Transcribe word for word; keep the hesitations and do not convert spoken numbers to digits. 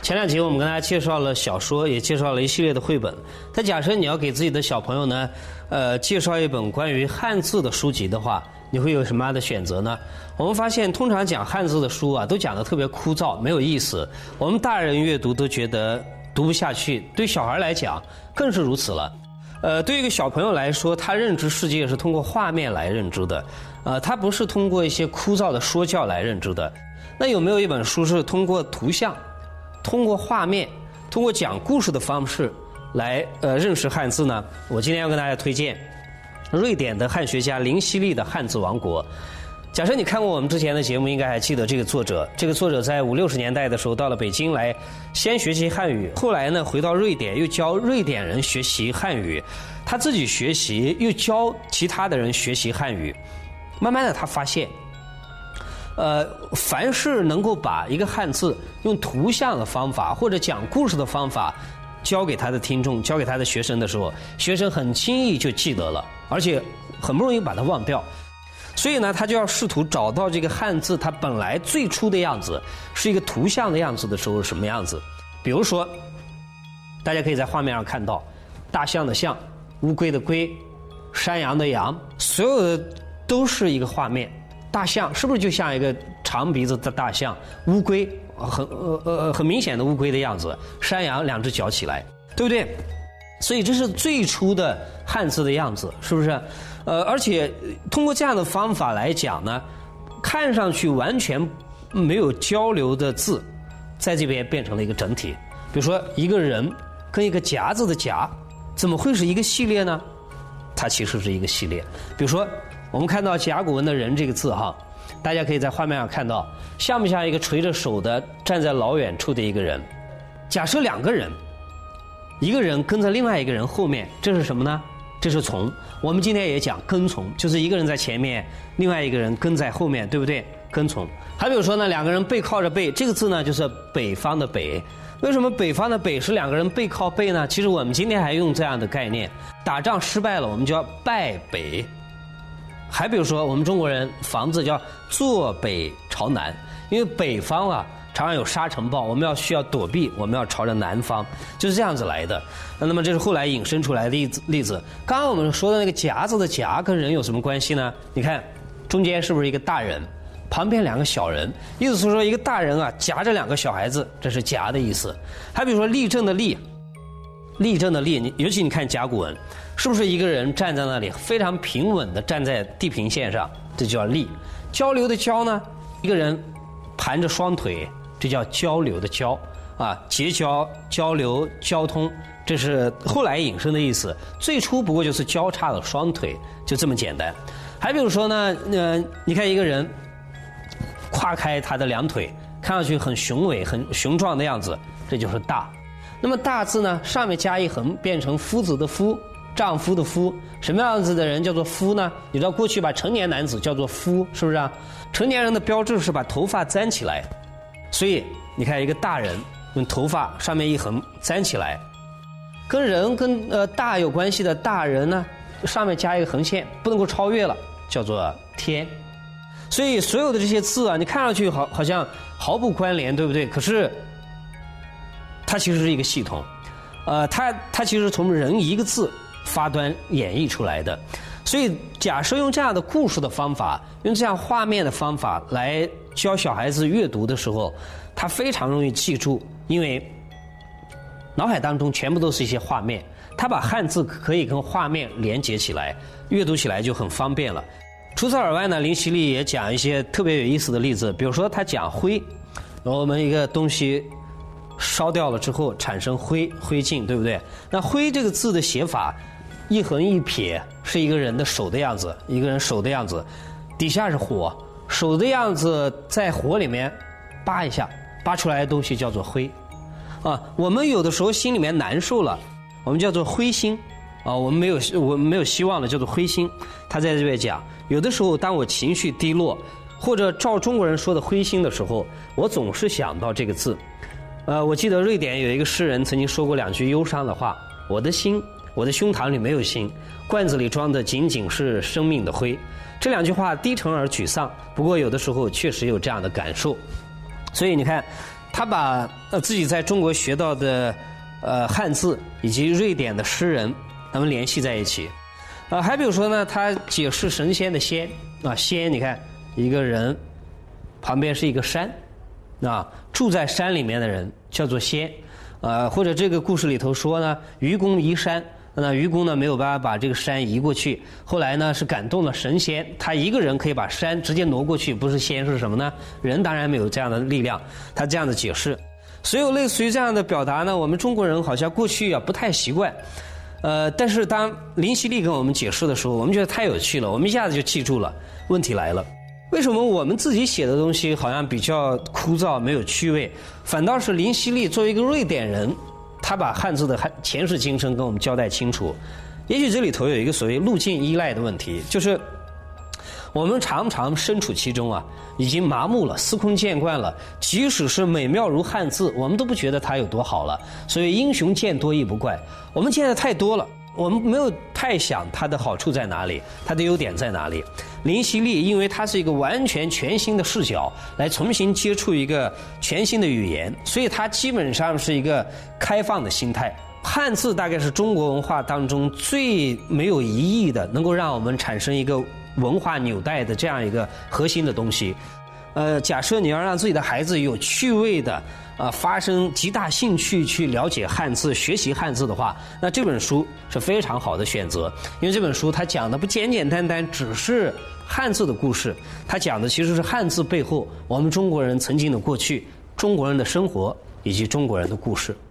前两集我们跟大家介绍了小说，也介绍了一系列的绘本。但假设你要给自己的小朋友呢，呃，介绍一本关于汉字的书籍的话，你会有什么样的选择呢？我们发现，通常讲汉字的书啊，都讲得特别枯燥，没有意思。我们大人阅读都觉得读不下去，对小孩来讲更是如此了。呃，对于一个小朋友来说，他认知世界是通过画面来认知的，呃，他不是通过一些枯燥的说教来认知的。那有没有一本书是通过图像、通过画面、通过讲故事的方式来呃认识汉字呢？我今天要跟大家推荐瑞典的汉学家林希利的《汉字王国》。假设你看过我们之前的节目，应该还记得这个作者。这个作者在五六十年代的时候到了北京来，先学习汉语，后来呢回到瑞典，又教瑞典人学习汉语，他自己学习，又教其他的人学习汉语。慢慢的，他发现，呃，凡是能够把一个汉字用图像的方法或者讲故事的方法教给他的听众、教给他的学生的时候，学生很轻易就记得了，而且很不容易把它忘掉。所以呢，他就要试图找到这个汉字它本来最初的样子，是一个图像的样子的时候是什么样子。比如说，大家可以在画面上看到大象的象、乌龟的龟、山羊的羊，所有的都是一个画面。大象是不是就像一个长鼻子的大象？乌龟很呃呃很明显的乌龟的样子，山羊两只脚起来，对不对？所以这是最初的汉字的样子，是不是？呃，而且通过这样的方法来讲呢，看上去完全没有交流的字，在这边变成了一个整体。比如说一个人跟一个夹子的夹，怎么会是一个系列呢？它其实是一个系列。比如说我们看到甲骨文的人这个字哈，大家可以在画面上看到，像不像一个垂着手的站在老远处的一个人？假设两个人，一个人跟在另外一个人后面，这是什么呢？这是从。我们今天也讲跟从，就是一个人在前面，另外一个人跟在后面，对不对？跟从。还比如说呢，两个人背靠着背，这个字呢就是北方的北。为什么北方的北是两个人背靠背呢？其实我们今天还用这样的概念，打仗失败了，我们就要败北。还比如说，我们中国人房子叫坐北朝南，因为北方啊常常有沙尘暴，我们要需要躲避，我们要朝着南方，就是这样子来的。那么这是后来引申出来的例子。例子，刚刚我们说的那个夹子的夹跟人有什么关系呢？你看中间是不是一个大人，旁边两个小人，意思是说一个大人啊夹着两个小孩子，这是夹的意思。还比如说立正的立，立正的立，你尤其你看甲骨文，是不是一个人站在那里非常平稳的站在地平线上，这就叫立。交流的交呢，一个人盘着双腿，这叫交流的交啊，结交、交流、交通，这是后来引申的意思。最初不过就是交叉的双腿，就这么简单。还比如说呢，呃，你看一个人跨开他的两腿，看上去很雄伟、很雄壮的样子，这就是大。那么大字呢，上面加一横，变成夫子的夫，丈夫的夫。什么样子的人叫做夫呢？你知道过去把成年男子叫做夫，是不是啊？成年人的标志是把头发簪起来，所以你看一个大人用头发上面一横簪起来，跟人跟呃大有关系的大人呢，上面加一个横线，不能够超越了，叫做天。所以所有的这些字啊，你看上去好好像毫不关联，对不对？可是它其实是一个系统，呃，它它其实从人一个字发端演绎出来的。所以假设用这样的故事的方法，用这样画面的方法来教小孩子阅读的时候，他非常容易记住，因为脑海当中全部都是一些画面，他把汉字可以跟画面连接起来，阅读起来就很方便了。除此而外呢，林希利也讲一些特别有意思的例子，比如说他讲灰，我们一个东西烧掉了之后产生灰灰烬，对不对？那灰这个字的写法，一横一撇是一个人的手的样子，一个人手的样子，底下是火，手的样子在火里面扒一下，扒出来的东西叫做灰啊。我们有的时候心里面难受了，我们叫做灰心啊，我们没有我们没有希望了，叫做灰心。他在这边讲，有的时候当我情绪低落，或者照中国人说的灰心的时候，我总是想到这个字。呃，我记得瑞典有一个诗人曾经说过两句忧伤的话：我的心，我的胸膛里没有心，罐子里装的仅仅是生命的灰。这两句话低沉而沮丧，不过有的时候确实有这样的感受。所以你看， 他把呃自己在中国学到的呃汉字以及瑞典的诗人，他们联系在一起。呃，还比如说呢，他解释神仙的仙啊，仙你看一个人旁边是一个山啊，住在山里面的人叫做仙。呃，或者这个故事里头说呢，愚公移山。那愚公呢没有办法把这个山移过去，后来呢是感动了神仙，他一个人可以把山直接挪过去，不是仙是什么呢？人当然没有这样的力量，他这样的解释。所有类似于这样的表达呢，我们中国人好像过去啊不太习惯，呃，但是当林希利跟我们解释的时候，我们觉得太有趣了，我们一下子就记住了。问题来了，为什么我们自己写的东西好像比较枯燥没有趣味，反倒是林希利作为一个瑞典人，他把汉字的前世今生跟我们交代清楚。也许这里头有一个所谓路径依赖的问题，就是我们常常身处其中啊，已经麻木了，司空见惯了，即使是美妙如汉字，我们都不觉得它有多好了。所以英雄见多亦不怪，我们见的太多了，我们没有太想它的好处在哪里，它的优点在哪里。林希利因为他是一个完全全新的视角来重新接触一个全新的语言，所以他基本上是一个开放的心态。汉字大概是中国文化当中最没有疑义的，能够让我们产生一个文化纽带的这样一个核心的东西。呃，假设你要让自己的孩子有趣味的呃，发生极大兴趣去了解汉字、学习汉字的话，那这本书是非常好的选择。因为这本书它讲的不简简单单只是汉字的故事，它讲的其实是汉字背后我们中国人曾经的过去、中国人的生活以及中国人的故事。